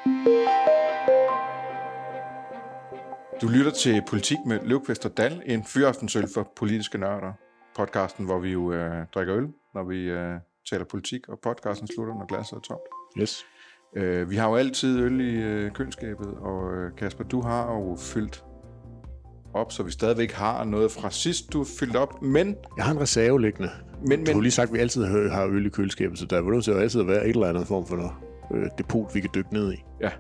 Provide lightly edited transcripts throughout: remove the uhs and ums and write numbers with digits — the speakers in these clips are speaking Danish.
Du lytter til Politik med Løvqvist og Dahl, en fyraftensøl for politiske nørder. Podcasten, hvor vi jo drikker øl, når vi taler politik, og podcasten slutter, når glasset er tomt. Yes. Vi har jo altid øl i køleskabet, og Kasper, du har jo fyldt op, så vi stadigvæk har noget fra sidst, du fyldt op, men... Jeg har en reserve liggende. Du har lige sagt, at vi altid har øl i køleskabet, så der vil jo altid være et eller andet form for depot, vi kan dykke ned i. Ja.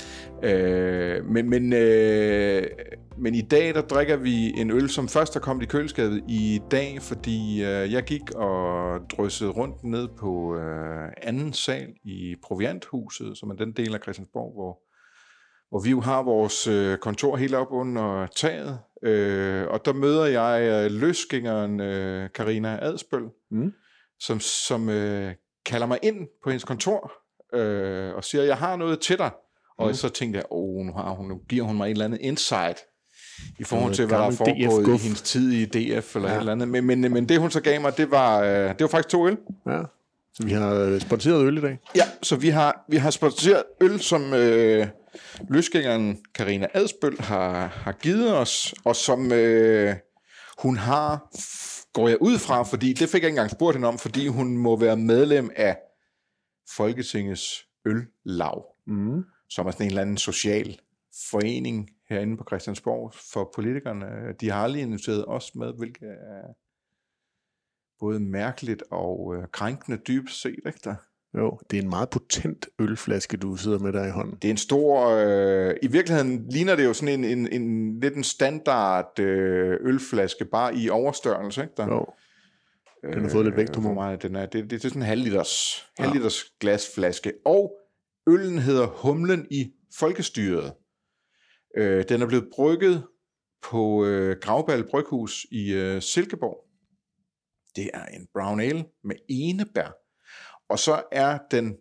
Men i dag, der drikker vi en øl, som først er kommet i køleskabet i dag, fordi jeg gik og dryssede rundt ned på anden sal i Provianthuset, som er den del af Christiansborg, hvor vi jo har vores kontor helt op under taget. Og der møder jeg løsgængeren Karina Adsbøl, som kalder mig ind på hendes kontor og siger, jeg har noget til dig. Og så tænkte jeg, nu giver hun mig et eller andet insight i forhold til, hvad der er foregået i hendes tid i DF eller et eller andet. Men det, hun så gav mig, det var faktisk 2 øl. Ja. Så vi har sponsoreret øl i dag? Ja, så vi har sponsoreret øl, som løsgængeren Karina Adsbøl har givet os, og som hun har, går jeg ud fra, fordi det fik jeg ikke engang spurgt hende om, fordi hun må være medlem af Folketingets Øllaug. Som er sådan en eller anden social forening herinde på Christiansborg for politikerne. De har aldrig inviteret os med, hvilket er både mærkeligt og krænkende dybest set, ikke der? Jo, det er en meget potent ølflaske, du sidder med der i hånden. Det er en stor... I virkeligheden ligner det jo sådan en lidt en standard ølflaske, bare i overstørrelse, ikke der? Jo. Den har fået lidt vægt for mig. Det er sådan en halvliters glasflaske. Og øllen hedder Humlen i Folkestyret. Den er blevet brygget på Grauballe Bryghus i Silkeborg. Det er en brown ale med enebær. Og så er den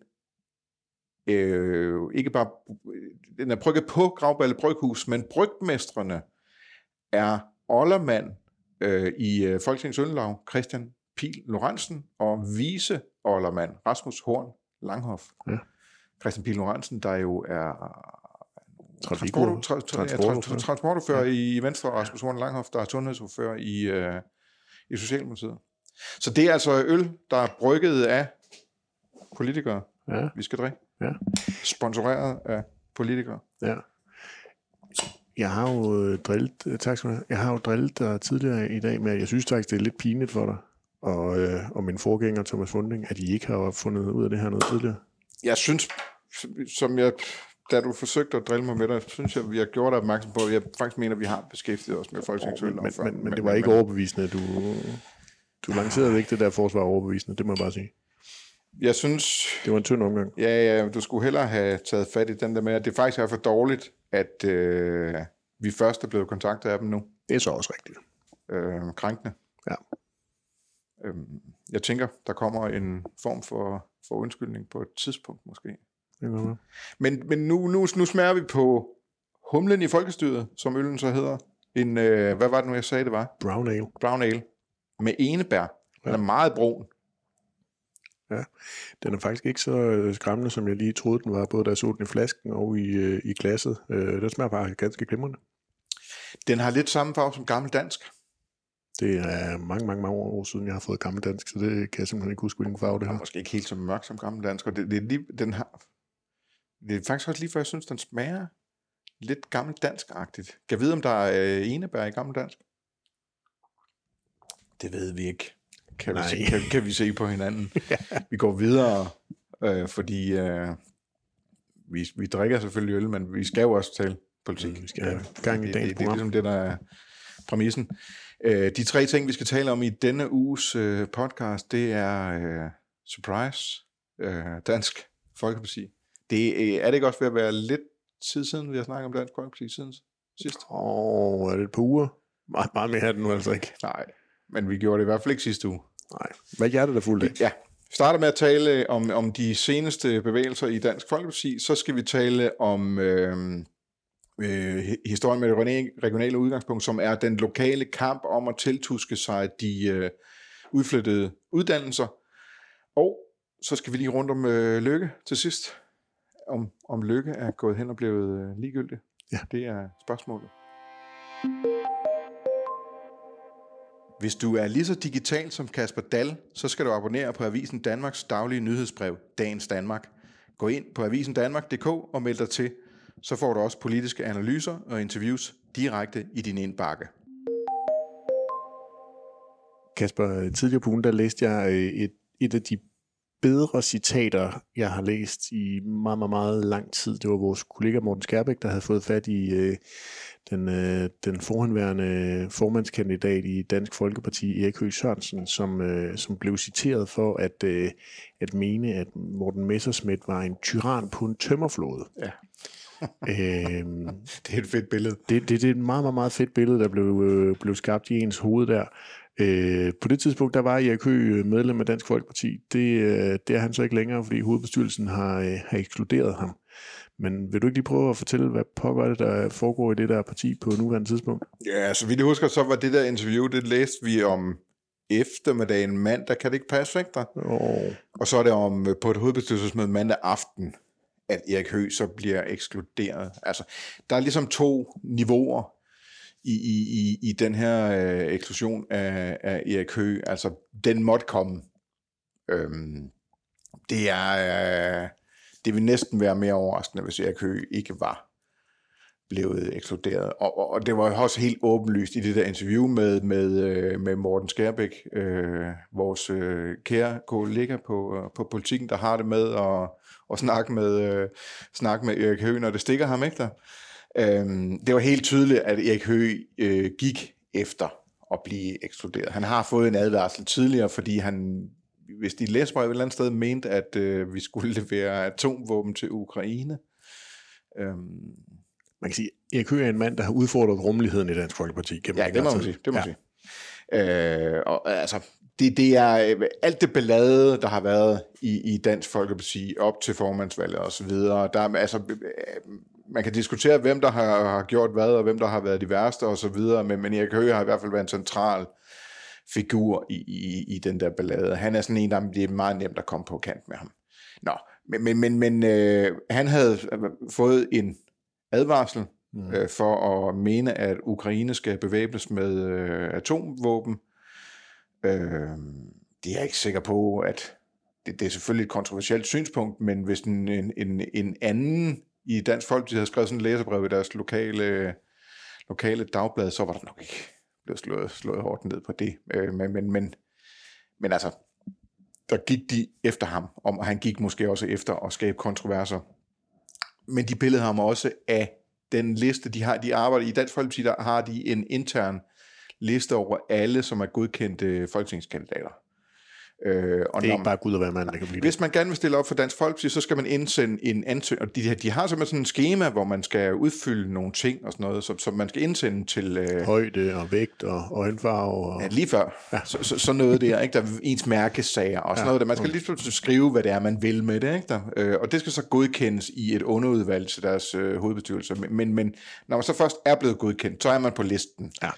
ikke bare... Den er brygget på Grauballe Bryghus, men brygmestrene er oldermand i Folketingets Øllaug, Christian Pihl Lorentzen, og vice-oldermand Rasmus Horn Langhoff. Ja. Christian Pihl Lorentzen, der jo er transportordfører i Venstre, og Rasmus Horn Langhoff, der er sundhedsordfører i Socialdemokratiet. Så det er altså øl, der er brygget af politikere, vi skal drikke. Ja. Sponsoreret af politikere. Ja. Jeg har jo drillet dig tidligere i dag med, at jeg synes faktisk, det er lidt pinligt for dig, og min forgænger Thomas Funding, at I ikke har fundet ud af det her noget tidligere. Jeg synes, da du forsøgte at drille mig med dig, synes jeg, vi har gjort dig opmærksom på, at jeg faktisk mener, at vi har beskæftiget os med Folketingsøllaug. Men det var ikke overbevisende. Du lancerede ikke det der forsvar overbevisende, det må jeg bare sige. Jeg synes... Det var en tynd omgang. Ja, du skulle hellere have taget fat i den der med, at det faktisk er for dårligt, at vi først er blevet kontaktet af dem nu. Det er så også rigtigt. Krænkende. Ja. Jeg tænker, der kommer en form for undskyldning på et tidspunkt måske. Men nu smager vi på Humlen i Folkestyret, som øllen så hedder. Hvad var det nu, jeg sagde, det var? Brown ale. Brown ale. Med enebær. Den er meget brun. Ja, den er faktisk ikke så skræmmende, som jeg lige troede, den var, både da jeg så den i flasken og i glasset. Den smager bare ganske glimrende. Den har lidt samme farve som gammel dansk. Det er mange år siden, jeg har fået gammel dansk, så det kan jeg simpelthen ikke huske, hvilken farve det har. Måske ikke helt så mørk som gammel dansk, og det er faktisk også lige før, jeg synes, den smager lidt gammel dansk-agtigt. Kan jeg vide, om der er enebær i gammel dansk? Det ved vi ikke. Kan vi se på hinanden. Vi går videre, fordi vi drikker selvfølgelig øl, men vi skal jo også tale politik. Vi skal have gang i dagens program. Det er ligesom det, der er præmissen. De 3 ting, vi skal tale om i denne uges podcast, det er surprise, Dansk Folkeparti. Er det ikke også ved at være lidt tid siden, vi har snakket om Dansk Folkeparti siden sidst? Er det et par uger? Meget mere er det nu altså ikke. Nej, men vi gjorde det i hvert fald ikke sidste uge. Nej, hvad er hjertet der fuldt af? Ja, vi starter med at tale om de seneste bevægelser i Dansk Folkeparti. Så skal vi tale om historien med det regionale udgangspunkt, som er den lokale kamp om at tiltuske sig de udflyttede uddannelser. Og så skal vi lige rundt om Løkke til sidst. om Løkke er gået hen og blevet ligegyldig. Ja. Det er spørgsmålet. Hvis du er lige så digital som Kasper Dahl, så skal du abonnere på Avisen Danmarks daglige nyhedsbrev, Dagens Danmark. Gå ind på avisendanmark.dk og meld dig til. Så får du også politiske analyser og interviews direkte i din indbakke. Kasper, tidligere på ugen, der læste jeg et af de bedre citater, jeg har læst i meget, meget, meget lang tid. Det var vores kollega Morten Skærbæk, der havde fået fat i den forhenværende formandskandidat i Dansk Folkeparti, Erik Høegh Sørensen, som blev citeret for at mene, at Morten Messerschmidt var en tyran på en tømmerflåde. Ja. Det er et fedt billede. Det er et meget, meget, meget fedt billede, der blev skabt i ens hoved der. På det tidspunkt, der var Erik Høegh medlem af Dansk Folkeparti. Det er han så ikke længere, fordi hovedbestyrelsen har ekskluderet ham. Men vil du ikke lige prøve at fortælle, hvad pokker det, der foregår i det der parti på nuværende tidspunkt? Ja, så vidt jeg husker, så var det der interview, det læste vi om eftermiddagen mandag. Kan det ikke passe, ikke der? Og så er det om på et hovedbestyrelsesmøde mandag aften, at Erik Høegh så bliver ekskluderet. Altså, der er ligesom 2 niveauer i den her eksklusion af Erik Høegh. Altså, den måtte komme. Det vil næsten være mere overraskende, hvis Erik Høegh ikke var blevet ekskluderet. Og det var også helt åbenlyst i det der interview med Morten Skærbæk, vores kære kollega på Politikken, der har det med at snakke med Erik Høegh, når det stikker ham, ikke der? Det var helt tydeligt, at Erik Høegh gik efter at blive ekskluderet. Han har fået en advarsel tidligere, fordi han, hvis de læser mig et eller andet sted, mente, at vi skulle levere atomvåben til Ukraine. Man kan sige, at Erik Høegh er en mand, der har udfordret rummeligheden i Dansk Folkeparti. Ja, det må man sige. Det må man sige. Og altså, det er alt det ballade, der har været i Dansk Folkeparti op til formandsvalget og så videre. Der er, altså, man kan diskutere, hvem der har gjort hvad, og hvem der har været de værste og så videre, men Erik Høegh har i hvert fald været en central figur i den der ballade. Han er sådan en, der det er meget nemt at komme på kant med ham. Nå, men han havde fået en advarsel for at mene, at Ukraine skal bevæbnes med atomvåben. Det er jeg ikke sikker på, at det er selvfølgelig et kontroversielt synspunkt, men hvis en anden i Dansk Folkeparti havde skrevet sådan et læserbrev i deres lokale dagblad, så var der nok ikke blevet slået hårdt ned på det. Men altså, der gik de efter ham, og han gik måske også efter at skabe kontroverser. Men de pillede ham også af den liste, de arbejder i Dansk Folkeparti, der har de en intern liste over alle, som er godkendte folketingskandidater. Og det er ikke bare Gud og hver mand, der kan blive det. Hvis man gerne vil stille op for Dansk Folkeparti, så skal man indsende en ansøgning. Og de har simpelthen sådan en schema, hvor man skal udfylde nogle ting og sådan noget, som man skal indsende til højde og vægt og øjenfarve. Og... Ja, lige før. Ja. Så noget der, ikke? Der er ens mærkesager og sådan noget der. Man skal lige skrive, hvad det er, man vil med det, ikke? Der. Og det skal så godkendes i et underudvalg til deres hovedbestyrelse. Men når man så først er blevet godkendt, så er man på listen. Ja.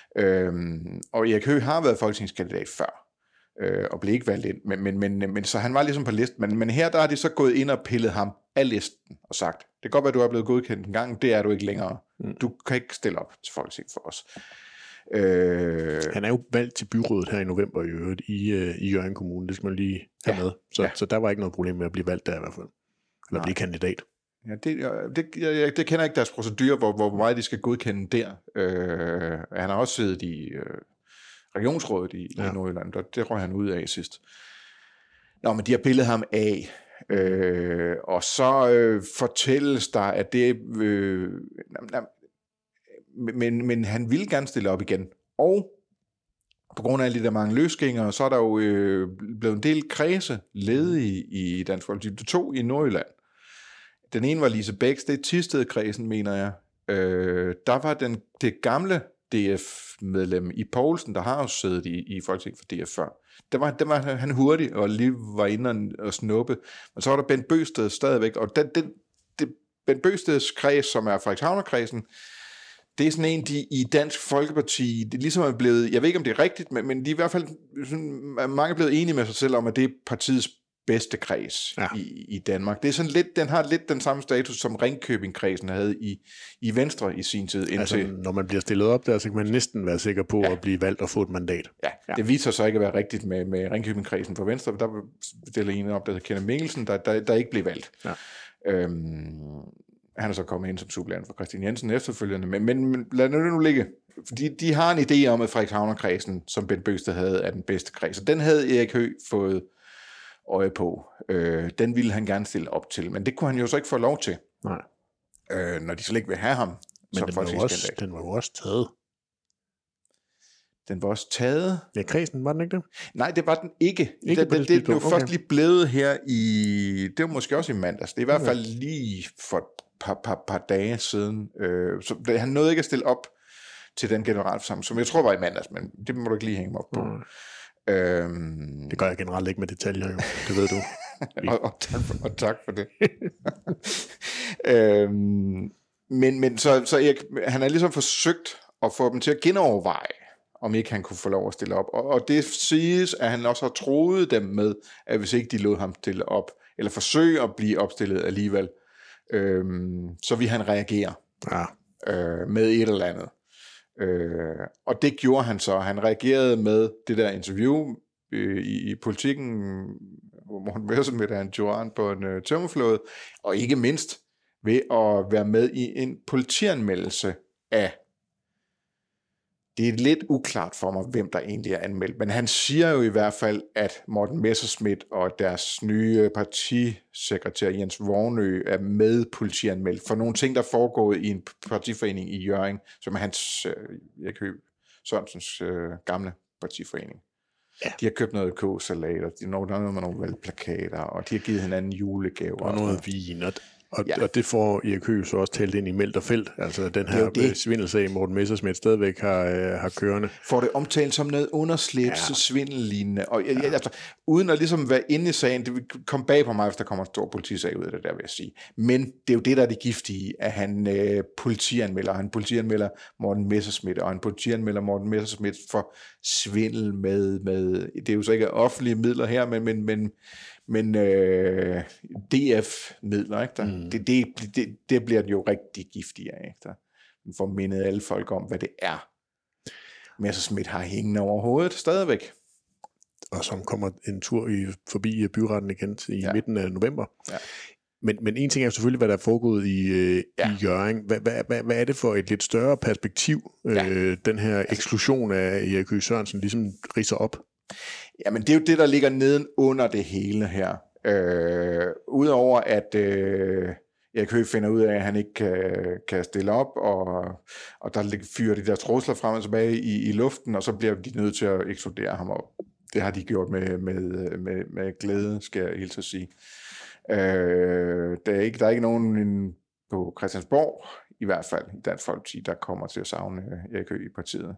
Og Erik Høegh har været folketingskandidat før. Og blev ikke valgt ind, men så han var ligesom på listen, men her der har de så gået ind og pillet ham af listen og sagt, det kan godt være, du er blevet godkendt en gang, det er du ikke længere. Du kan ikke stille op til Folketinget for os. Han er jo valgt til byrådet her i november i øvrigt i Hjørring Kommune, det skal man lige have med. Så der var ikke noget problem med at blive valgt der i hvert fald, eller blive kandidat. Ja, det kender ikke deres procedurer, hvor meget de skal godkende der. Han har også siddet i regionsrådet i Nordjylland, og det røg han ud af sidst. Nå, men de har pillet ham af, og så fortælles der, at det... Men han ville gerne stille op igen, og på grund af alle de der mange løsgængere, så er der jo blevet en del kredse ledige i Dansk Folkeparti. 2 i Nordjylland. Den ene var Lise Bæks, det er Thisted-kredsen, mener jeg. Der var det gamle DF-medlem i Poulsen, der har også siddet i Folketinget for DF før. Der var han hurtig og lige var inde og snuppe. Men så var der Bent Bøgsted stadigvæk, og Bent Bøgsteds kreds, som er Frederikshavner-kredsen, det er sådan en, de i Dansk Folkeparti, det ligesom er blevet, jeg ved ikke om det er rigtigt, men de er i hvert fald, sådan, mange er blevet enige med sig selv om, at det er partiets bedste kreds i Danmark. Det er sådan lidt, den har lidt den samme status, som Ringkøbing-kredsen havde i Venstre i sin tid. Altså, når man bliver stillet op der, så kan man næsten være sikker på at blive valgt og få et mandat. Ja, det viser sig ikke at være rigtigt med Ringkøbing-kredsen for Venstre. Der stiller en op, der hedder Kenneth Mikkelsen, der ikke blev valgt. Ja. Han er så kommet ind som suppleant for Christian Jensen efterfølgende, men lad det nu ligge. Fordi de har en idé om, at Frederikshavner-kredsen, som Bent Bøgsted havde, er den bedste kreds. Og den havde Erik Høegh fået øje på. Den ville han gerne stille op til, men det kunne han jo så ikke få lov til. Nej. Når de slet ikke vil have ham. Men den var jo også taget. Den var også taget. Ja, kredsen, var den ikke det? Nej, det var den ikke. Det blev først lige blevet her i... Det var måske også i mandags. Det er i hvert fald lige for et par dage siden. Så han nåede ikke at stille op til den generalforsamling, som jeg tror var i mandags, men det må du ikke lige hænge mig op på. Det gør jeg generelt ikke med detaljer, jo. Det ved du. og tak for det. Men så Erik, han har ligesom forsøgt at få dem til at genoverveje, om ikke han kunne få lov at stille op. Og det siges, at han også har troet dem med, at hvis ikke de lod ham stille op, eller forsøge at blive opstillet alligevel, så vil han reagere med et eller andet. Og det gjorde han så. Han reagerede med det der interview i Politikken, hvor han var med en Joran på en tømmerflåde, og ikke mindst ved at være med i en politianmeldelse af. Det er lidt uklart for mig, hvem der egentlig er anmeldt, men han siger jo i hvert fald, at Morten Messerschmidt og deres nye partisekretær Jens Vognø er med politianmeldt for nogle ting, der foregår i en partiforening i Hjørring, som er hans, Erik Høegh Sørensens gamle partiforening. Ja. De har købt noget kåsalat, og de har noget med nogle valgplakater, og de har givet hinanden julegaver. Og noget vin, og det får Erik Høegh så også talt ind i Meldt og Felt, altså den her svindelsag, Morten Messerschmidt stadigvæk har kørende. Får det omtalt som noget underslæbs-svindellignende, og altså, uden at ligesom være inde i sagen, det vil komme bag på mig, hvis der kommer en stor politisag ud af det der, vil jeg sige. Men det er jo det, der er det giftige, at han politianmelder Morten Messerschmidt, og han politianmelder Morten Messerschmidt for svindel med det er jo så ikke offentlige midler her, men DF-midler, ikke? Det bliver jo rigtig giftigt af, ikke? Den får mindet alle folk om, hvad det er. Messerschmidt har hængende over hovedet stadigvæk. Og som kommer en tur forbi byretten igen i midten af november. Ja. Men en ting er selvfølgelig, hvad der er foregået i Hjørring. Hvad er det for et lidt større perspektiv, den her eksklusion af Erik Høegh Sørensen ligesom ridser op? Jamen, det er jo det, der ligger neden under det hele her. Udover at Erik Høegh finder ud af, at han ikke kan stille op, og der fyrer de der trusler frem og tilbage i luften, og så bliver de nødt til at ekskludere ham op. Det har de gjort med glæde, skal jeg helt så sige. Der er ikke nogen på Christiansborg, i hvert fald i Dansk Folkeparti, der kommer til at savne Erik Høegh i partiet.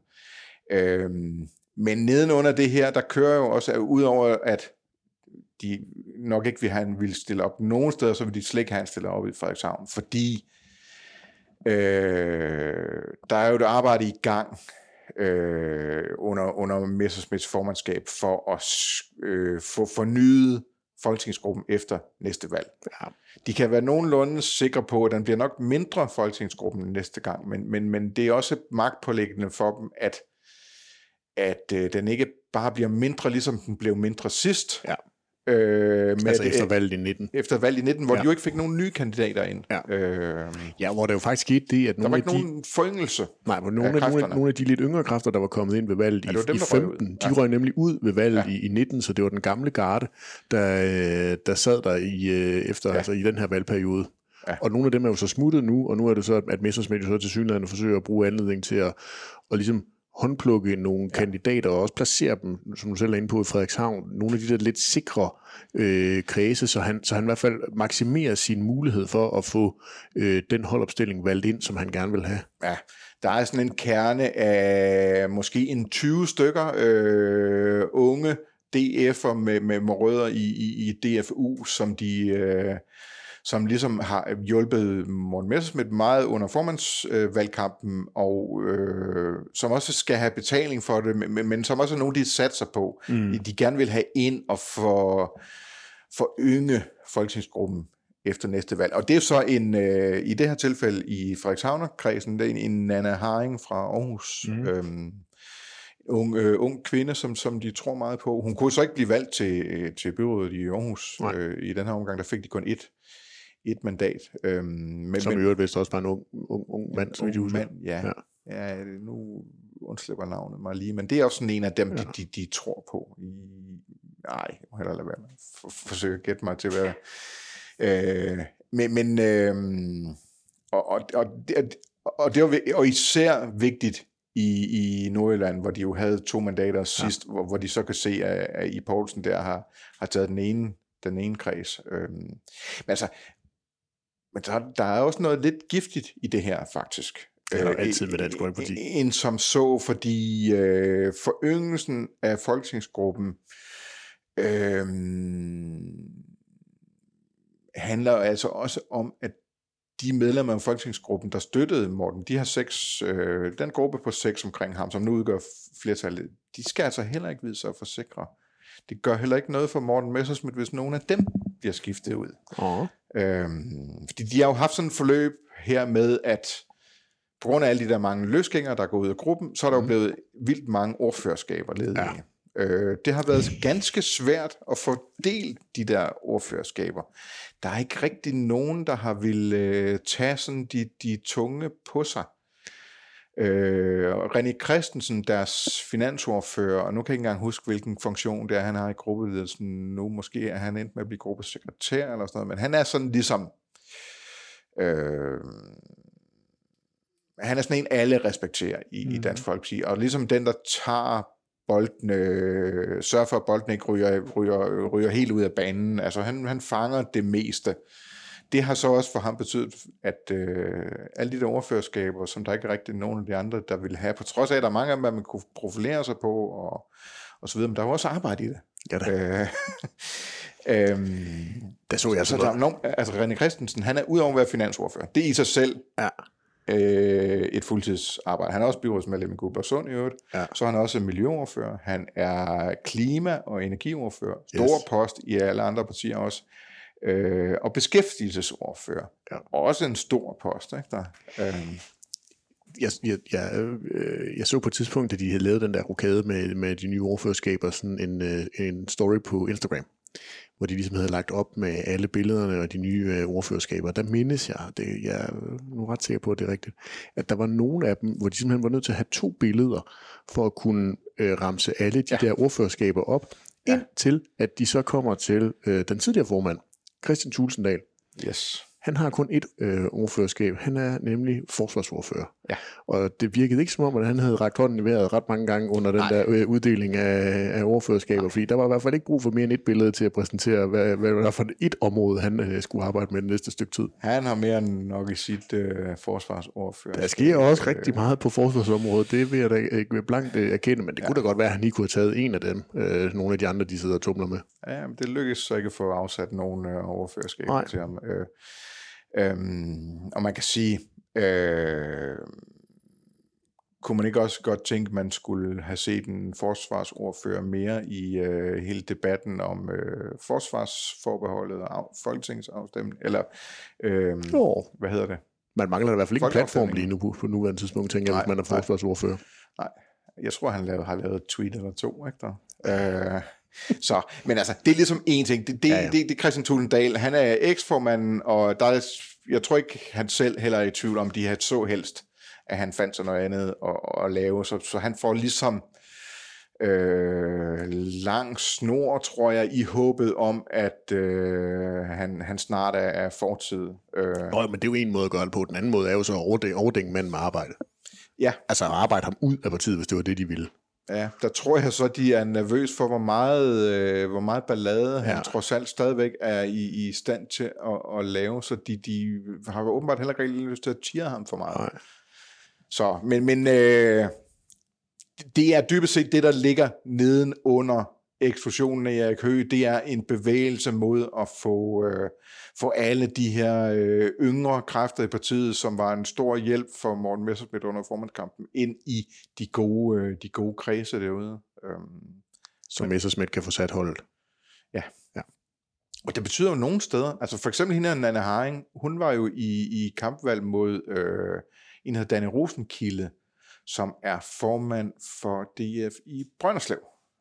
Men nedenunder det her, der kører jo også, udover at de nok ikke vil stille op nogen steder, så vil de slet ikke have han stille op i Frederikshavn, fordi der er jo et arbejde i gang under Messerschmidts formandskab for at få fornyet folketingsgruppen efter næste valg. Ja. De kan være nogenlunde sikre på, at den bliver nok mindre folketingsgruppen næste gang, men det er også magtpålæggende for dem, at den ikke bare bliver mindre, ligesom den blev mindre sidst. Ja. Altså efter valget i 19. Efter valget i 19, hvor de jo ikke fik nogen nye kandidater ind. Ja, hvor der jo faktisk skete det, at der var ikke nogen foryngelse. Nej, hvor nogle af de lidt yngre kræfter, der var kommet ind ved valget i 15, de røg nemlig ud ved valget i 19, så det var den gamle garde, der sad der altså i den her valgperiode. Ja. Og nogle af dem er jo så smuttet nu, og nu er det så, at Messerschmidt så til synligheden forsøger at bruge anledning til at ligesom håndplukke nogle kandidater og også placere dem, som du selv er inde på i Frederikshavn, nogle af de der lidt sikre kredse, så han i hvert fald maksimerer sin mulighed for at få den holdopstilling valgt ind, som han gerne vil have. Ja, der er sådan en kerne af måske en 20 stykker unge DF'er med rødder i DFU, som ligesom har hjulpet Morten Messerschmidt meget under formandsvalgkampen, og som også skal have betaling for det, men som også er nogen, de satser på. De gerne vil have ind og forynge folketingsgruppen efter næste valg. Og det er så i det her tilfælde i Frederikshavn-kredsen, det er en Nanna Haring fra Aarhus, ung kvinde, som de tror meget på. Hun kunne så ikke blive valgt til byrådet i Aarhus i den her omgang. Der fik de kun et mandat. Som i øvrigt vist også var en ung mand, som ung mand, ja, nu undslipper navnet mig lige, men det er også sådan en af dem, de tror på. Nej, jeg må hellere lade være med at forsøge at gætte mig til, hvad det var især vigtigt i Nordjylland, hvor de jo havde 2 mandater sidst, hvor de så kan se, at I Poulsen der har taget den ene kreds. Men der er også noget lidt giftigt i det her, faktisk. Det er altid med Dansk Folkeparti. En som så, fordi foryngelsen af folketingsgruppen handler altså også om, at de medlemmer af folketingsgruppen, der støttede Morten, de har 6, den gruppe på 6 omkring ham, som nu udgør flertallet, de skal altså heller ikke vide sig at forsikre. Det gør heller ikke noget for Morten Messerschmidt, hvis nogen af dem bliver skiftet ud. Fordi de har jo haft sådan et forløb her med, at på grund af alle de der mange løsgængere, der går ud af gruppen, så er der jo blevet vildt mange ordførerskaber ledige. Ja. Det har været ganske svært at fordele de der ordførerskaber. Der er ikke rigtig nogen, der har ville tage sådan de tunge på sig. René Christensen, deres finansordfører, og nu kan jeg ikke engang huske, hvilken funktion det er, han har i gruppeledelsen nu. Måske er han endt med at blive gruppesekretær eller sådan noget, men han er sådan ligesom han er sådan en, alle respekterer i Dansk Folkeparti, og ligesom den, der tager boldene, sørger for, at boldene ikke ryger helt ud af banen. Altså han fanger det meste. Det har så også for ham betydet, at alle de der ordførerskaber, som der ikke er rigtig nogen af de andre, der vil have, på trods af, at der er mange af dem, man kunne profilere sig på, og så videre, men der er jo også arbejde i det. Ja da. Der så jeg så der er nogen, altså René Christensen, han er udover at være finansordfører. Det er i sig selv et fuldtidsarbejde. Han er også byrådsmedlem i Guldborgsund i øvrigt. Ja. Så er han også miljøordfører. Han er klima- og energiordfører. Stor post i alle andre partier også. Og beskæftigelsesordfører. Ja. Også en stor post, ikke der? Jeg så på et tidspunkt, at de havde lavet den der rokade med de nye ordførerskaber, sådan en story på Instagram, hvor de ligesom havde lagt op med alle billederne og de nye ordførerskaber. Der mindes jeg er nu ret sikker på, at det er rigtigt, at der var nogle af dem, hvor de simpelthen var nødt til at have 2 billeder, for at kunne ramse alle de der ordførerskaber op, indtil at de så kommer til den tidligere formand, Kristian Thulesen Dahl. Yes. Han har kun et ordførerskab. Han er nemlig forsvarsordfører. Ja. Og det virkede ikke som om, at han havde rakt hånden i vejret ret mange gange under den der uddeling af ordførerskaber, fordi der var i hvert fald ikke brug for mere end et billede til at præsentere, hvad var for et område, han skulle arbejde med det næste stykke tid. Han har mere end nok i sit forsvarsordfører. Der sker også rigtig meget på forsvarsområdet. Det vil jeg da ikke blankt erkende, men det kunne da godt være, at han lige kunne have taget en af dem. Nogle af de andre, de sidder og tumler med. Ja, men det lykkedes så ikke at få afsat nogen overførerskaber til ham. Og man kan sige, kunne man ikke også godt tænke, at man skulle have set en forsvarsordfører mere i hele debatten om forsvarsforbeholdet og folketingsafstemning, eller hvad hedder det? Man mangler i hvert fald ikke en platform lige nu på nuværende tidspunkt, tænker jeg, hvis man er forsvarsordfører. Nej, jeg tror, han har lavet et tweet eller 2, ikke der? Så, men altså, det er ligesom en ting. Det er Kristian Thulesen Dahl. Han er eksformanden, og jeg tror ikke, han selv heller er i tvivl om, de havde så helst, at han fandt sig noget andet at lave. Så han får ligesom lang snor, tror jeg, i håbet om, at han snart er fortid. Men det er jo en måde at gøre det på. Den anden måde er jo så at overdænge manden med arbejde. Ja. Altså at arbejde ham ud af partiet, hvis det var det, de ville. Ja, der tror jeg så, de er nervøs for, hvor meget ballade han trods alt stadigvæk er i stand til at lave, så de har åbenbart heller ikke lyst til at tire ham for meget. Nej. Så, men det er dybest set det, der ligger neden under eksplosionen af Erik Høegh. Det er en bevægelse mod at få alle de her yngre kræfter i partiet, som var en stor hjælp for Morten Messerschmidt under formandskampen, ind i de gode kredse derude. Så Messerschmidt kan få sat holdet. Ja. Og det betyder jo nogle steder, altså for eksempel hende her, Nanna Haring, hun var jo i kampvalg mod en, der hedder Danne Rosenkilde, som er formand for DF i Brønderslev.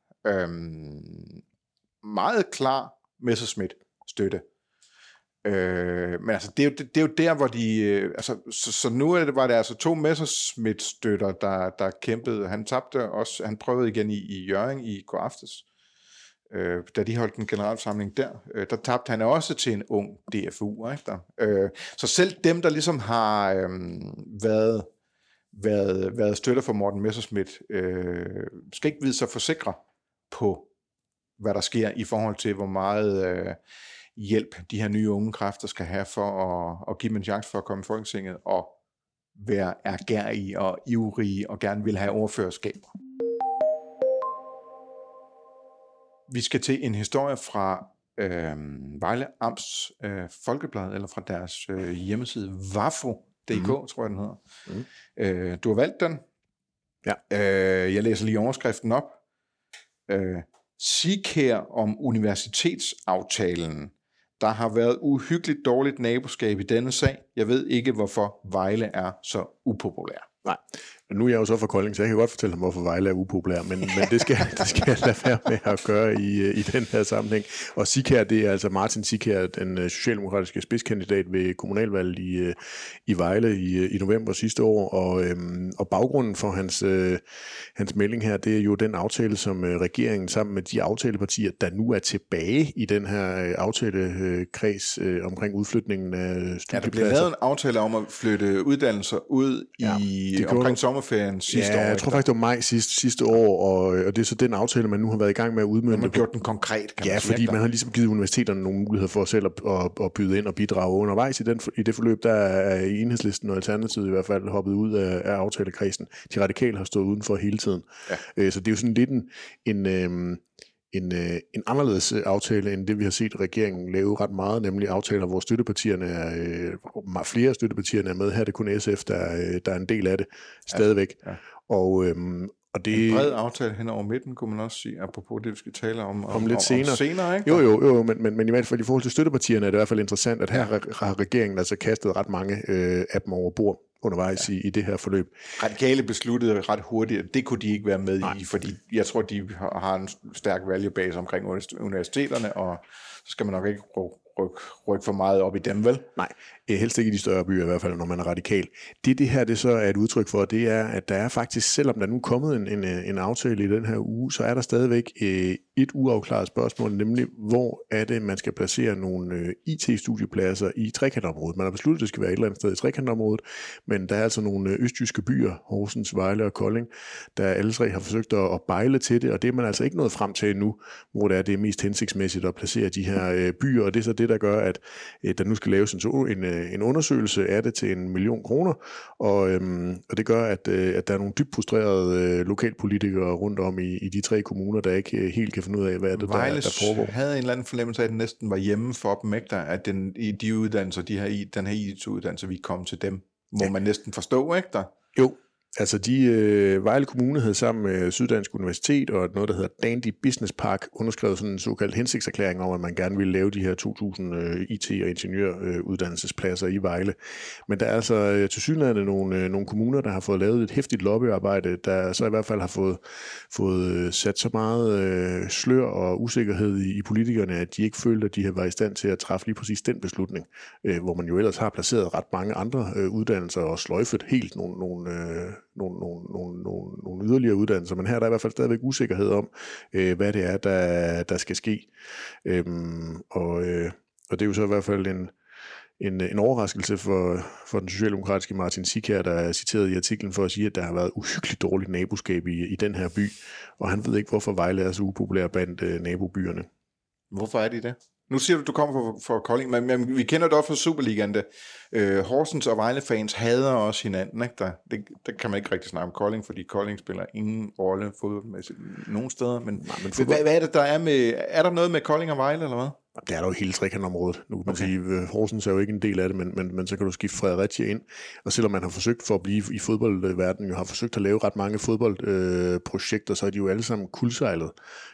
Meget klar Messerschmidt-støtte. Men altså, det er jo der, hvor de... så nu var det altså 2 Messerschmidt-støtter, der kæmpede. Han tabte også, han prøvede igen i Hjørring i går aftes. Da de holdt en generalforsamling der tabte han også til en ung DFU. Ikke? Så selv dem, der ligesom har været støtter for Morten Messerschmidt, skal ikke vide sig forsikre på, hvad der sker i forhold til, hvor meget hjælp de her nye unge kræfter skal have for at give dem en chance for at komme i Folketinget og være ærgerrige og ivrige og gerne vil have overførerskaber. Vi skal til en historie fra Vejle Amts Folkeblad, eller fra deres hjemmeside, vafo.dk, tror jeg den hedder. Du har valgt den. Ja. Jeg læser lige overskriften op. Sikher om universitetsaftalen. Der har været uhyggeligt dårligt naboskab i denne sag. Jeg ved ikke, hvorfor Vejle er så upopulær. Nej, nu er jeg jo så fra Kolding, så jeg kan godt fortælle ham, hvorfor Vejle er upopulær, men det skal jeg lade være med at gøre i den her sammenhæng. Og Sikher, det er altså Martin Sikher, den socialdemokratiske spidskandidat ved kommunalvalget i Vejle i november sidste år, og baggrunden for hans melding her, det er jo den aftale, som regeringen sammen med de aftalepartier, der nu er tilbage i den her aftalekreds omkring udflytningen af studiepladser. Ja, der blev lavet en aftale om at flytte uddannelser ud omkring sommerferien sidste år. Jeg tror faktisk, det var maj sidste år, og det er så den aftale, man nu har været i gang med at udmønte. Man har gjort den konkret, kan man sige. Fordi man har ligesom givet universiteterne nogle muligheder for selv at byde ind og bidrage undervejs i det forløb, der er Enhedslisten og Alternativet i hvert fald hoppet ud af aftalekredsen. De radikale har stået udenfor hele tiden. Ja. Så det er jo sådan lidt en anderledes aftale, end det vi har set regeringen lave ret meget, nemlig aftaler, hvor flere støttepartierne er med. Her er det kun SF, der er en del af det stadigvæk. Ja. Og det en bred aftale hen over midten, kunne man også sige, apropos det, vi skal tale om lidt senere, ikke? Jo, men i hvert fald i forhold til støttepartierne er det i hvert fald interessant, at her har regeringen altså kastet ret mange af dem over bord undervejs i det her forløb. Radikale besluttede ret hurtigt, at det kunne de ikke være med i, fordi jeg tror, de har en stærk valuebase omkring universiteterne, og så skal man nok ikke rykke for meget op i dem, vel? Nej, helst ikke i de større byer i hvert fald, når man er radikal. Det her det så er et udtryk for, det er, at der er faktisk, selvom der nu er kommet en aftale i den her uge, så er der stadigvæk et uafklaret spørgsmål, nemlig hvor er det, man skal placere nogle IT-studiepladser i trekantområdet. Man har besluttet, at det skal være et eller andet sted i trekantområdet, men der er altså nogle østjyske byer, Horsens, Vejle og Kolding, der alle tre har forsøgt at bejle til det, og det er man altså ikke nået frem til endnu, hvor det er mest hensigtsmæssigt at placere de her byer, og det er så det, der gør, at der nu skal laves en undersøgelse af det til 1 million kroner, og det gør, at der er nogle dybt frustrerede lokalpolitikere rundt om i de 3 kommuner, der ikke helt kan finde ud af, hvad det der foregår. Havde en eller anden fornemmelse af, at den næsten var hjemme for dem, ikke? At i de uddannelser, den her IT-uddannelse, vi kom til dem, må man næsten forstå, ikke der? Jo. Altså Vejle Kommune havde sammen med Syddansk Universitet og noget, der hedder Dandy Business Park, underskrevet sådan en såkaldt hensigtserklæring om, at man gerne ville lave de her 2.000 IT- og ingeniøruddannelsespladser i Vejle. Men der er altså tilsyneladende nogle kommuner, der har fået lavet et hæftigt lobbyarbejde, der så i hvert fald har fået sat så meget slør og usikkerhed i politikerne, at de ikke følte, at de har været i stand til at træffe lige præcis den beslutning, hvor man jo ellers har placeret ret mange andre uddannelser og sløjfet helt nogle yderligere uddannelser, men her er der i hvert fald stadigvæk usikkerhed om, hvad det er, der skal ske. Og det er jo så i hvert fald en overraskelse for den socialdemokratiske Martin Sikher, der er citeret i artiklen for at sige, at der har været uhyggeligt dårligt naboskab i den her by, og han ved ikke, hvorfor Vejle er så upopulær blandt nabobyerne. Hvorfor er de det? Nu siger du kommer fra Kolding, men vi kender det også fra Superligaen. Horsens og Vejle-fans hader også hinanden. Ikke? Der kan man ikke rigtig snakke om Kolding, fordi Kolding spiller ingen rolle fodboldmæssigt nogen steder. Men hvad er det, der er med... Er der noget med Kolding og Vejle, eller hvad? Det er der jo hele trekantområdet. Nu kan man sige, Horsens er jo ikke en del af det, men så kan du skifte Fredericia ind. Og selvom man har forsøgt for at blive i fodboldverdenen, jo har forsøgt at lave ret mange fodboldprojekter, så er de jo alle sammen kuldsejlet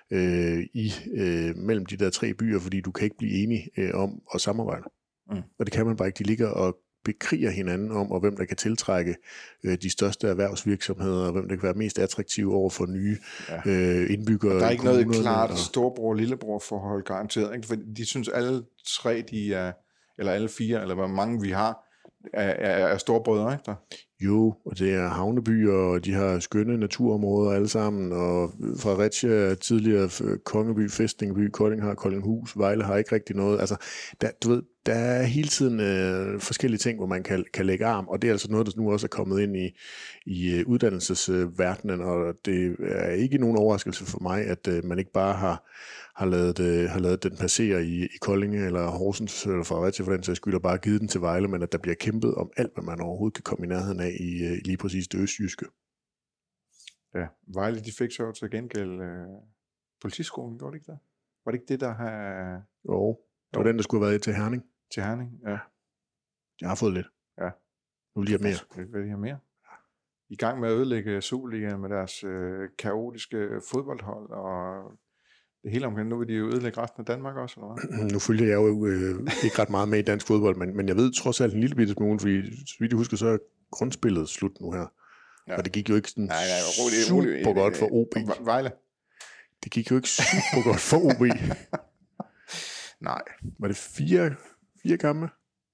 mellem de der 3 byer, fordi du kan ikke blive enige om at samarbejde. Og det kan man bare ikke. De ligger og bekriger hinanden om, og hvem der kan tiltrække de største erhvervsvirksomheder, og hvem der kan være mest attraktive over for nye indbyggere. Og der er ikke noget klart storbror-lillebror forhold garanteret, ikke? For de synes alle 3, de er, eller alle 4, eller hvor mange vi har, er storbrødre, ikke der? Jo, og det er havnebyer, og de har skønne naturområder alle sammen, og Fredericia tidligere Kongeby, Fæstningeby, Kolding har Koldinghus, Vejle har ikke rigtig noget. Altså, der er hele tiden forskellige ting, hvor man kan lægge arm, og det er altså noget, der nu også er kommet ind i uddannelsesverdenen, og det er ikke nogen overraskelse for mig, at man ikke bare har lavet den passere i Kolding eller Horsens eller Fredericia for den sags skyld, og bare givet den til Vejle, men at der bliver kæmpet om alt, hvad man overhovedet kan komme i nærheden af i lige præcis det østjyske. Ja, Vejle, de fik så til gengæld politiskolen, gjorde det ikke der? Var det ikke det, der har... Jo, det var den, der skulle have været til Herning. Til Herning, ja. Jeg har fået lidt. Ja. Nu vil de have mere. Vil de have mere? I gang med at ødelægge Superligaen med deres kaotiske fodboldhold, og det hele omkring. Nu vil de jo ødelægge resten af Danmark også, eller hvad? Nu følger jeg jo ikke ret meget med i dansk fodbold, men jeg ved trods alt en lille bitte smule, fordi så vidt jeg husker, så er grundspillet slut nu her. Ja. Og det gik jo ikke sådan super godt for OB. Vejle. Det gik jo ikke super godt for OB. Nej. Var det 4 kampe?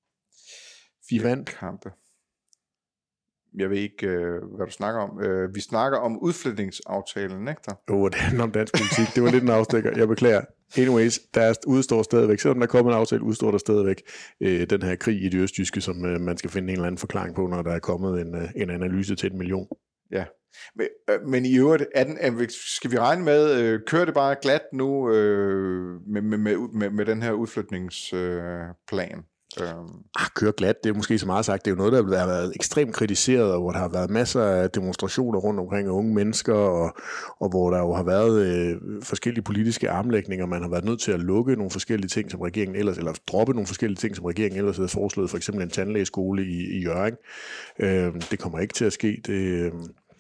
4 kampe. Jeg ved ikke, hvad du snakker om. Vi snakker om udflytningsaftalen, ikke der? Det handler om dansk politik. Det var lidt en afstikker. Jeg beklager. Anyways, der udstår stadigvæk, selvom der kommer en aftale, udstår der stadigvæk den her krig i det østjyske, som man skal finde en eller anden forklaring på, når der er kommet en analyse til 1 million. Ja, men i øvrigt, skal vi regne med, kører det bare glat nu med den her udflytningsplan? Køre glat, det er måske så meget sagt. Det er jo noget, der har været ekstremt kritiseret, og hvor der har været masser af demonstrationer rundt omkring unge mennesker, og hvor der jo har været forskellige politiske armlægninger. Man har været nødt til at lukke nogle forskellige ting, som regeringen ellers, eller droppe nogle forskellige ting, som regeringen ellers havde foreslået, for eksempel en tandlægeskole i Hjørring. Det kommer ikke til at ske. Det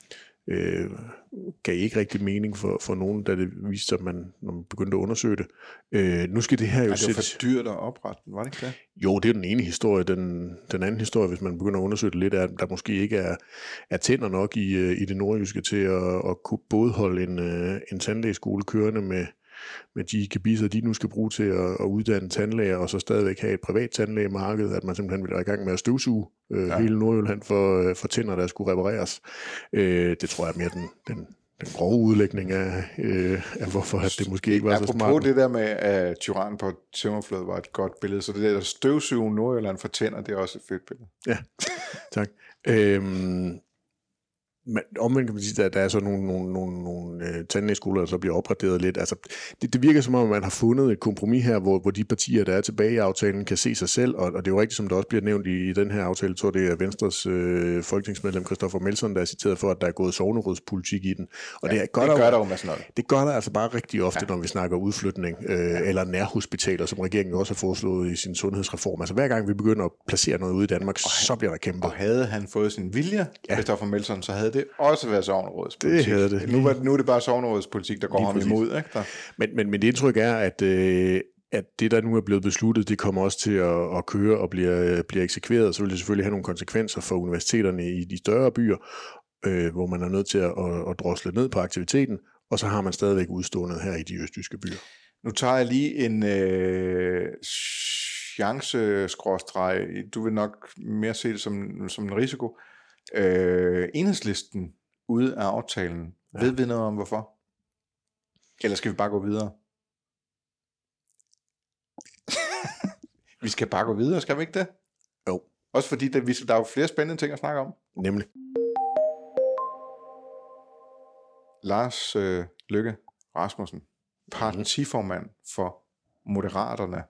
gav ikke rigtig mening for nogen, da det viste sig, når man begyndte at undersøge det. Nu skal det her jo sættes... Det var for dyrt at oprette den, var det ikke det? Jo, det er den ene historie. Den anden historie, hvis man begynder at undersøge det lidt, er, at der måske ikke er tænder nok i det nordjyske til at kunne både holde en tandlægeskole kørende med de gebisser, de nu skal bruge til at uddanne tandlæger, og så stadigvæk have et privat tandlægemarked, at man simpelthen vil være i gang med at støvsuge hele Nordjylland for tænder, der skulle repareres. Det tror jeg er mere den grove udlægning af hvorfor at det måske ikke var så smart. Apropos det der med, at tyrannen på tømmerflod var et godt billede, så det der støvsuge Nordjylland for tænder, det er også et fedt billede. Ja, tak. Men omvendt kan man sige, at der er så nogle tandlægeskoler, der så bliver opgraderet lidt. Altså, det virker som om, man har fundet et kompromis her, hvor de partier, der er tilbage i aftalen, kan se sig selv, og det er jo rigtigt, som der også bliver nævnt i den her aftale, så det er Venstres folketingsmedlem Christoffer Melson, der er citeret for, at der er gået sognerådspolitik i den. Og ja, det gør der jo med sådan noget. Det gør der altså bare rigtig ofte, når vi snakker udflytning, eller nærhospitaler, som regeringen også har foreslået i sin sundhedsreform. Altså hver gang vi begynder at placere noget ude i Danmark, så bliver der kæmpet. Og havde han fået sin vilje, Christoffer Melson, så havde det også været sognerådspolitik. Det havde det. Nu er det bare sognerådspolitik, der går ham imod, ikke der? Men det indtryk er, at det, der nu er blevet besluttet, det kommer også til at køre og bliver eksekveret. Så vil det selvfølgelig have nogle konsekvenser for universiteterne i de større byer, hvor man er nødt til at drosle ned på aktiviteten, og så har man stadigvæk udstående her i de østjyske byer. Nu tager jeg lige en chance-skråstreg. Du vil nok mere se det som en risiko. Enhedslisten ude af aftalen. Ja. Ved vi noget om hvorfor? Eller skal vi bare gå videre? Vi skal bare gå videre, skal vi ikke det? Jo. Også fordi der er jo flere spændende ting at snakke om. Nemlig. Lars Løkke Rasmussen, partiformand for Moderaterne.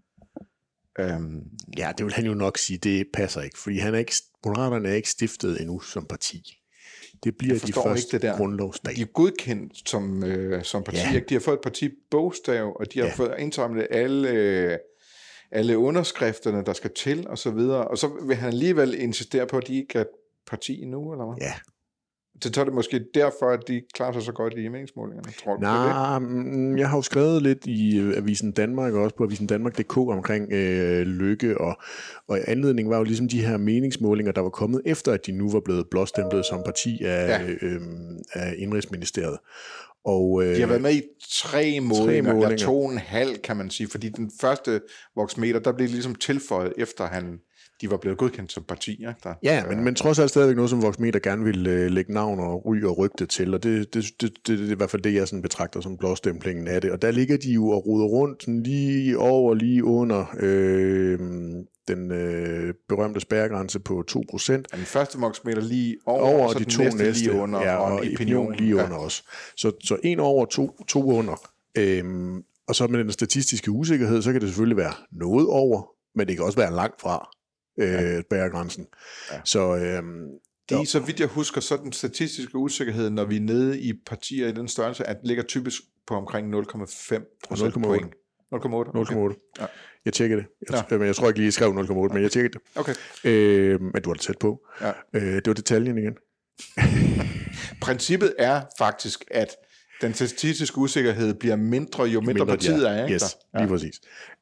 Ja, det vil han jo nok sige, det passer ikke, fordi Moderaterne er ikke stiftet endnu som parti. Det bliver de første grundlovsdag. De er godkendt som parti. Ja. De har fået et partibogstav, og de har fået indsamlet alle underskrifterne, der skal til, og så videre. Og så vil han alligevel insistere på, at de ikke er et parti endnu, eller hvad? Ja. Så er det måske derfor, at de klarer sig så godt i meningsmålingerne, tror du? Nej, jeg har jo skrevet lidt i Avisen Danmark, og også på Avisen Danmark.dk omkring Løkke, og anledningen var jo ligesom de her meningsmålinger, der var kommet efter, at de nu var blevet blåstemplet som parti af Indrigsministeriet. Og, de har været med i 3 målinger, eller 2,5 kan man sige, fordi den første voksmeter, der blev ligesom tilføjet efter de var blevet godkendt som parti. Ja, men trods alt stadigvæk noget, som Voxmeter gerne vil lægge navn og ry og rygte til, og det er i hvert fald det, jeg sådan betragter som blåstemplingen af det. Og der ligger de jo og ruder rundt sådan lige under den berømte spærregrænse på 2%. Den første Voxmeter lige over og de 2 næste lige under, og Epinion lige under os. Så 1 over, 2 under. Og så med den statistiske usikkerhed, så kan det selvfølgelig være noget over, men det kan også være langt fra spærregrænsen. Ja. Så vidt jeg husker, så den statistiske usikkerhed, når vi er nede i partier i den størrelse, at ligger typisk på omkring 0,5% point. 0,8? Okay. Ja. Jeg tjekker det. Jeg tror ikke lige, jeg skrev 0,8, men jeg tjekker det. Okay. Men du har det tæt på. Ja. Det var detaljen igen. Princippet er faktisk, at den statistiske usikkerhed bliver mindre, jo mindre partiet er. Ikke? Yes, lige præcis.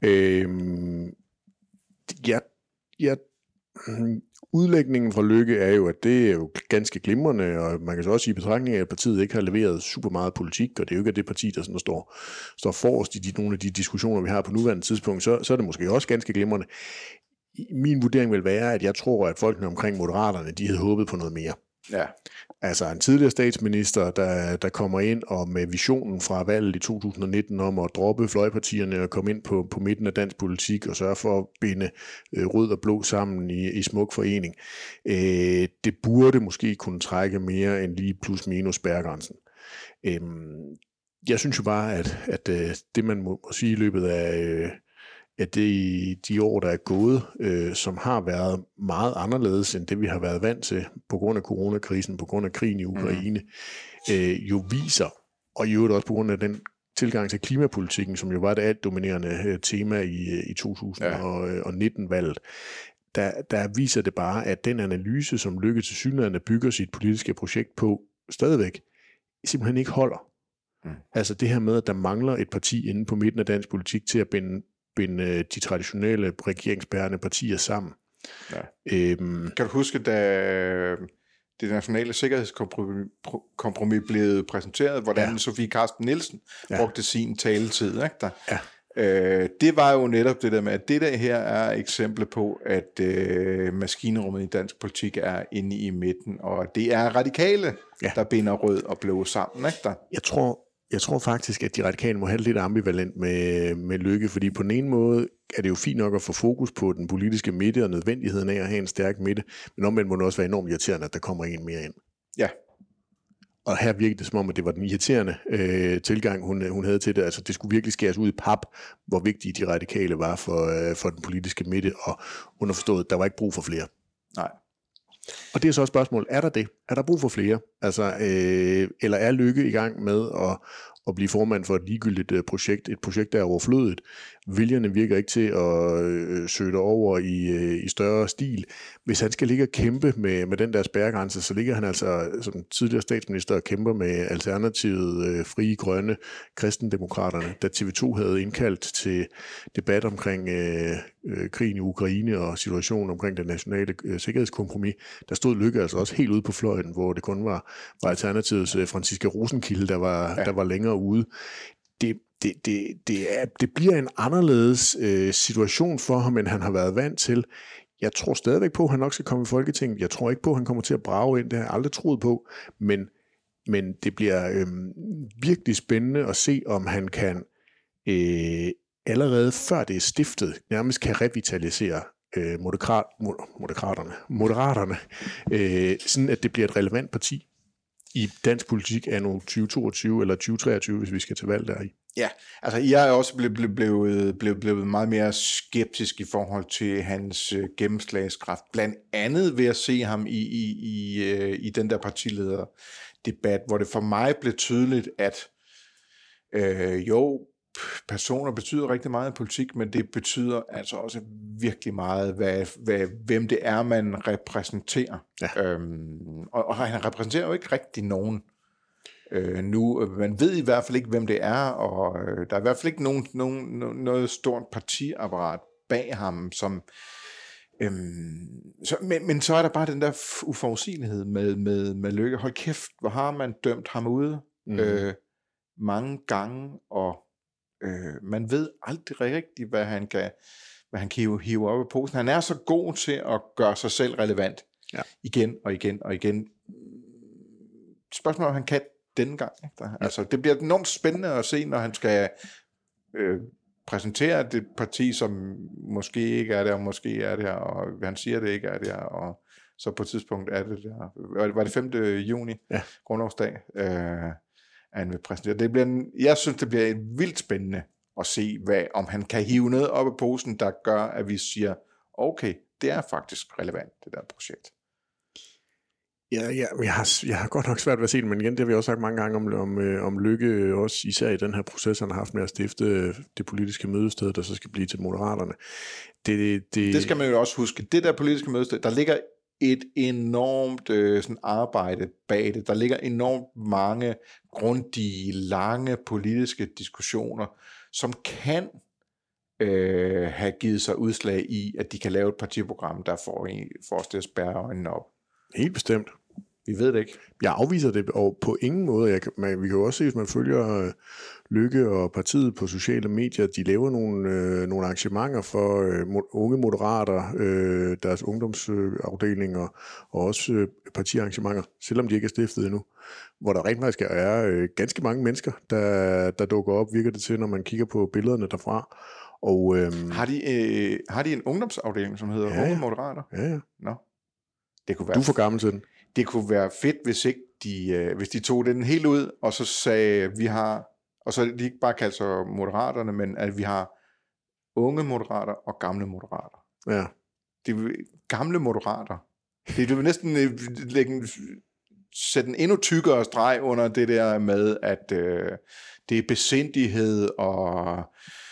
Udlægningen fra Løkke er jo, at det er jo ganske glimrende, og man kan så også sige i betragtning af, at partiet ikke har leveret super meget politik, og det er jo ikke det parti, der sådan står forrest i nogle af de diskussioner, vi har på nuværende tidspunkt, så er det måske også ganske glimrende. Min vurdering vil være, at jeg tror, at folkene omkring Moderaterne, de havde håbet på noget mere. Ja. Altså en tidligere statsminister, der kommer ind og med visionen fra valget i 2019 om at droppe fløjpartierne og komme ind på midten af dansk politik og sørge for at binde rød og blå sammen i smuk forening. Det burde måske kunne trække mere end lige plus minus spærregrænsen. Jeg synes jo bare, at det man må sige i løbet af at det i de år, der er gået, som har været meget anderledes end det, vi har været vant til på grund af coronakrisen, på grund af krigen i Ukraine, jo viser, og i øvrigt også på grund af den tilgang til klimapolitikken, som jo var det alt dominerende tema i 2019-valget, der viser det bare, at den analyse, som Løkke tilsyneladende bygger sit politiske projekt på, stadigvæk simpelthen ikke holder. Altså det her med, at der mangler et parti inde på midten af dansk politik til at binde de traditionelle regeringsbærende partier sammen. Ja. Kan du huske, da det nationale sikkerhedskompromis blev præsenteret, hvordan Sofie Carsten Nielsen brugte sin taletid, ikke der? Ja. Det var jo netop det der med, at det der her er eksempler på, at maskinrummet i dansk politik er inde i midten, og det er radikale, der binder rød og blå sammen, ikke der? Jeg tror faktisk, at de radikale må have lidt ambivalent med Løkke, fordi på den ene måde er det jo fint nok at få fokus på den politiske midte og nødvendigheden af at have en stærk midte, men omvendt må det også være enormt irriterende, at der kommer en mere ind. Ja. Og her virkede det som om, at det var den irriterende tilgang, hun havde til det. Altså det skulle virkelig skæres ud i pap, hvor vigtige de radikale var for den politiske midte, og underforstået, der var ikke brug for flere. Nej. Og det er så et spørgsmål, er der det? Er der brug for flere? Altså, eller er Løkke i gang med at blive formand for et ligegyldigt projekt, et projekt, der er overflødigt? Vælgerne virker ikke til at søge over i større stil. Hvis han skal ligge og kæmpe med den der spærregrænse, så ligger han altså som tidligere statsminister og kæmper med Alternativet, Frie Grønne, Kristendemokraterne, da TV2 havde indkaldt til debat omkring krigen i Ukraine og situationen omkring det nationale sikkerhedskompromis. Der stod Løkke altså også helt ude på fløjen, hvor det kun var Alternativets Franciska Rosenkilde, der var længere ude. Det bliver en anderledes situation for ham, end han har været vant til. Jeg tror stadigvæk på, at han nok skal komme i Folketinget. Jeg tror ikke på, at han kommer til at brage ind. Det har jeg aldrig troet på. Men det bliver virkelig spændende at se, om han kan allerede før det er stiftet, nærmest kan revitalisere Moderaterne, sådan at det bliver et relevant parti i dansk politik anno 2022 eller 2023, hvis vi skal til valg deri. Ja, altså jeg er også blevet meget mere skeptisk i forhold til hans gennemslagskraft. Blandt andet ved at se ham i den der partilederdebat, hvor det for mig blev tydeligt, at personer betyder rigtig meget i politik, men det betyder altså også virkelig meget, hvem det er, man repræsenterer. Ja. Og han repræsenterer jo ikke rigtig nogen nu. Man ved i hvert fald ikke, hvem det er, og der er i hvert fald ikke noget stort partiapparat bag ham, som... Men så er der bare den der uforudsigelighed med Løkke. Hold kæft, hvor har man dømt ham ude mange gange, og man ved aldrig rigtigt, hvad han kan hive op af posen. Han er så god til at gøre sig selv relevant. Ja. Igen og igen og igen. Spørgsmålet om han kan denne gang. Ikke? Altså, det bliver enormt spændende at se, når han skal præsentere det parti, som måske ikke er der, og måske er der, og han siger, det ikke er der, og så på et tidspunkt er det der. Var det 5. juni, grundlovsdag, han vil præsentere. Jeg synes, det bliver vildt spændende at se, om han kan hive noget op af posen, der gør, at vi siger, okay, det er faktisk relevant, det der projekt. Ja, jeg har godt nok svært ved at se det, men igen, det har vi også sagt mange gange om Løkke, også især i den her proces, han har haft med at stifte det politiske mødested, der så skal blive til Moderaterne. Det skal man jo også huske. Det der politiske mødested, der ligger et enormt sådan arbejde bag det. Der ligger enormt mange grundige, lange politiske diskussioner, som kan have givet sig udslag i, at de kan lave et partiprogram, der får os til at spærre øjnene op. Helt bestemt. Vi ved det ikke. Jeg afviser det, og på ingen måde. Vi kan jo også se, hvis man følger Løkke og partiet på sociale medier, de laver nogle arrangementer for unge moderater, deres ungdomsafdelinger, og også partiarrangementer, selvom de ikke er stiftet endnu, hvor der rent faktisk er ganske mange mennesker, der dukker op, virker det til, når man kigger på billederne derfra. Og, har de en ungdomsafdeling, som hedder Unge Moderater? Ja. Nå. Det kunne være, du er for gammel til den. Det kunne være fedt, hvis de tog den helt ud, og så sagde, vi har, og så de ikke bare kaldte sig Moderaterne, men at vi har unge moderater og gamle moderater. Ja. Det gamle moderater. Det vil næsten sætte en endnu tykkere streg under det der med, at det er besindighed og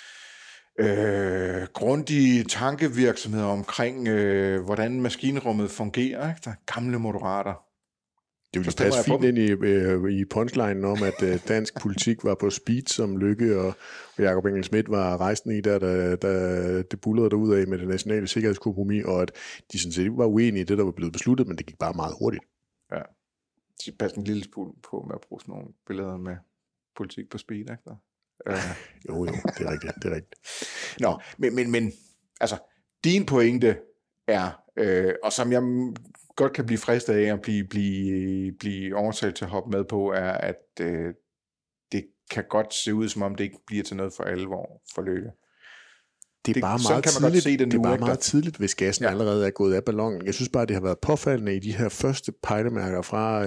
grundige tankevirksomheder omkring, hvordan maskinrummet fungerer. Ikke? Der er gamle moderater. Det ville passe fint ind i punchlinen om, at dansk politik var på speed, som Løkke og Jakob Engel-Schmidt var rejsende i, da det bullede derudad med det nationale sikkerhedskompromis, og at de sådan set ikke var uenige i det, der var blevet besluttet, men det gik bare meget hurtigt. Ja. De passer en lille smule på med at bruge sådan nogle billeder med politik på speed, ikke? Jo, det er rigtigt. Nå, men altså, din pointe er, og som jeg godt kan blive fristet af at blive overtalt til at hoppe med på, er, at det kan godt se ud, som om det ikke bliver til noget for alvor for Løkke. Det er bare meget tidligt, det er bare meget tidligt, hvis gassen allerede er gået af ballonen. Jeg synes bare, det har været påfaldende i de her første pejlemærker fra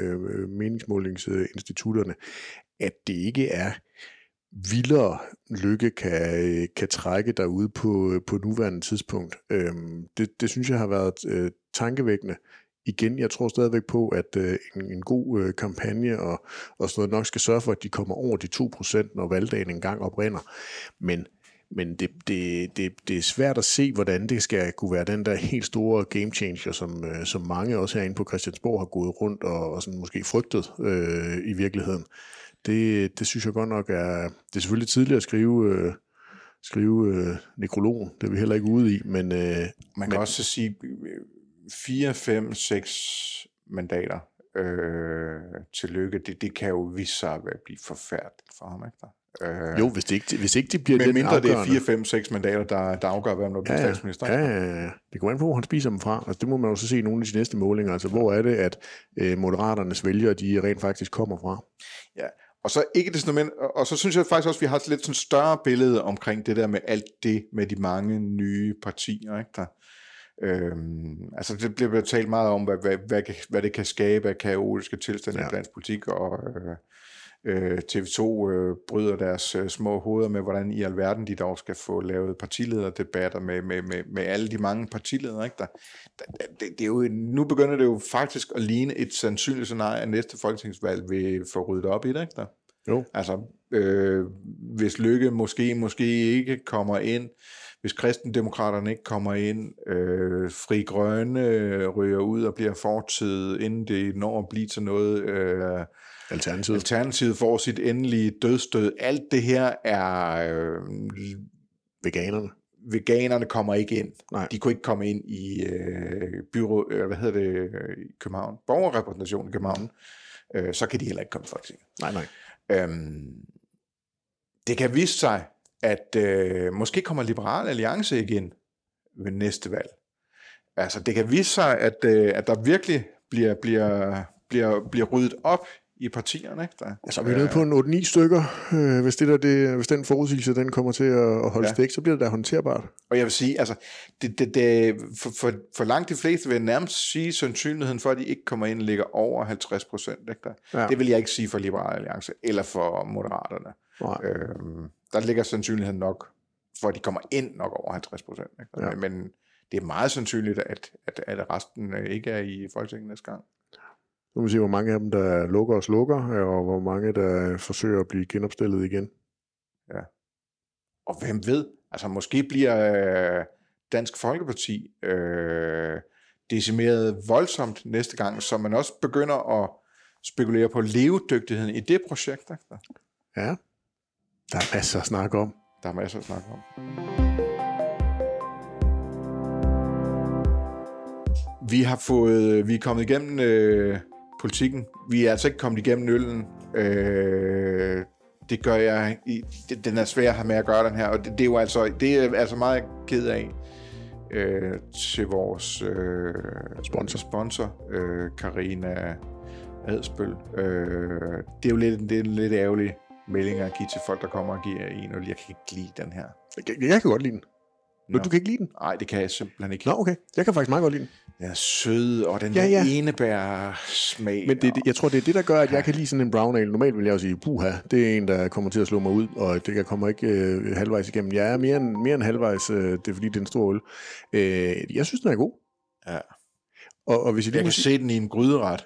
meningsmålingsinstitutterne, at det ikke er vildere Løkke kan trække derude på nuværende tidspunkt. Det synes jeg har været tankevækkende. Igen, jeg tror stadigvæk på, at en god kampagne og sådan noget nok skal sørge for, at de kommer over de 2%, når valgdagen engang oprinder. Men det er svært at se, hvordan det skal kunne være den der helt store game changer, som mange også herinde på Christiansborg har gået rundt og sådan måske frygtet i virkeligheden. Det synes jeg godt nok er... Det er selvfølgelig tidligt at skrive nekrologen. Det er vi heller ikke ude i, men... Man kan også sige 4, 5, 6 mandater til Løkke. Det kan jo vise sig at blive forfærdeligt for ham, ikke? Jo, hvis ikke det bliver den mindre det er 4, 5, 6 mandater, der afgør, hvem der bliver statsminister. Ja. Det går an på, hvor han spiser dem fra. Altså, det må man jo så se i nogle af de næste målinger. Altså, hvor er det, at Moderaternes vælgere, de rent faktisk kommer fra? Ja, og så ikke det sådan, og så synes jeg faktisk også, at vi har lidt sådan større billede omkring det der med alt det med de mange nye partier, ikke der? Altså det bliver talt meget om, hvad det kan skabe af kaotiske tilstande i dansk politik, og TV2 bryder deres små hoveder med, hvordan i alverden de dog skal få lavet partilederdebatter med alle de mange partiledere. Ikke? Det er jo, nu begynder det jo faktisk at ligne et sandsynligt scenarie, at næste folketingsvalg vil få ryddet op i det. Ikke? Jo. Altså, hvis Løkke måske ikke kommer ind, hvis kristendemokraterne ikke kommer ind, Fri Grønne ryger ud og bliver fortid, inden det når at blive til noget, Alternativet får sit endelige dødsstød. Alt det her er... Veganerne kommer ikke ind. Nej. De kunne ikke komme ind i i København. Borgerrepræsentationen i København. Så kan de heller ikke komme i Folketinget. Nej. Det kan vise sig, at måske kommer Liberal Alliance igen ved næste valg. Altså, det kan vise sig, at der virkelig bliver ryddet op i partierne. Ikke? Så er vi nede på en 8-9 stykker. Hvis den forudsigelse den kommer til at holde stik, så bliver det da håndterbart. Og jeg vil sige, altså, for langt de fleste vil jeg nærmest sige, sandsynligheden for, at de ikke kommer ind, ligger over 50%. Ja. Det vil jeg ikke sige for Liberal Alliance eller for Moderaterne. Der ligger sandsynligheden nok, for at de kommer ind nok over 50%. Ja. Men det er meget sandsynligt, at resten ikke er i Folketinget næste gang. Nu må vi se, hvor mange af dem, der lukker og slukker, og hvor mange, der forsøger at blive genopstillet igen. Ja. Og hvem ved? Altså, måske bliver Dansk Folkeparti decimeret voldsomt næste gang, så man også begynder at spekulere på levedygtigheden i det projekt. Ikke? Ja, der er masser at snakke om. Vi er kommet igennem politikken. Vi er altså ikke kommet igennem øllen. Det gør jeg. Den er svær at have med at gøre, den her. Og det er altså meget ked af til vores sponsor Carina Adsbøl. Det er jo lidt ærgerlig melding at give til folk, der kommer og giver en øl. Jeg kan ikke lide den her. Jeg kan godt lide den. Du kan ikke lide den? Nej, det kan jeg simpelthen ikke. Nå, okay. Jeg kan faktisk meget godt lide den. Den er sød, og den enebær smag. Men jeg tror, det er det, der gør, at jeg kan lide sådan en brown ale. Normalt vil jeg jo sige, puha, det er en, der kommer til at slå mig ud, og det kommer ikke halvvejs igennem. Jeg er mere end halvvejs, det er fordi, det er en stor øl. Jeg synes, den er god. Ja. Og hvis jeg kan se den i en gryderet.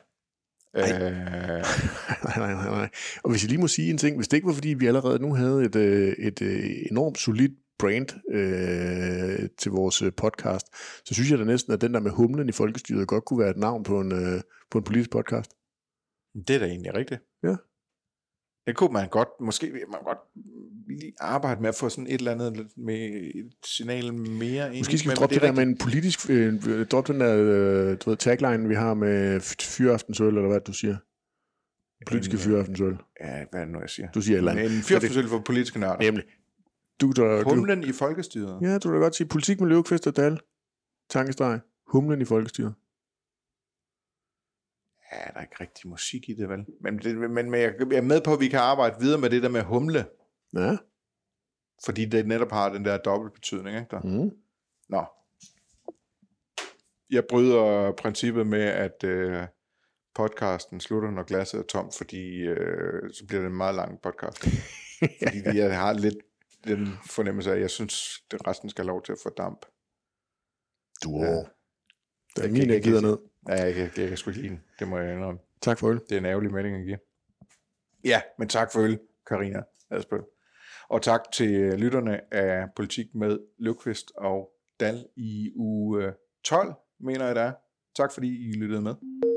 Nej. Og hvis jeg lige må sige en ting, hvis det ikke var, fordi vi allerede nu havde et enormt solidt brand til vores podcast, så synes jeg da næsten, at den der med humlen i folkestyret godt kunne være et navn på en politisk podcast. Det er da egentlig rigtigt. Ja. Det kunne man godt, måske man godt lige arbejde med at få sådan et eller andet med et signal mere ind. Måske skal vi droppe det der med en politisk, droppe den der tagline, vi har med fyraftensøl, eller hvad du siger? Politiske fyraftensøl. Ja, hvad er det nu, jeg siger? Du siger et eller andet. En fyraftensøl for politiske nørder. Nemlig. Humlen i folkestyret. Ja, du vil da godt sige politik med Løvqvist og Dahl. Tankestreg. Humlen i folkestyret. Ja, der er ikke rigtig musik i det, vel? Men jeg er med på, at vi kan arbejde videre med det der med humle. Ja. Fordi det netop har den der dobbelt betydning, ikke der? Mm. Nå. Jeg bryder princippet med, at podcasten slutter, når glasset er tomt, fordi så bliver det en meget lang podcast. Fordi jeg har lidt den fornemmelse af, at jeg synes, at resten skal have lov til at få damp. Det er min, jeg gider ned. Ja, jeg kan sgu ikke lide den. Det må jeg indrømme. Tak for øl. Det er en ærgerlig melding at give. Ja, men tak for øl, Carina Adsbøl. Og tak til lytterne af Politik med Løvqvist og Dahl i uge 12, mener jeg det er. Tak fordi I lyttede med.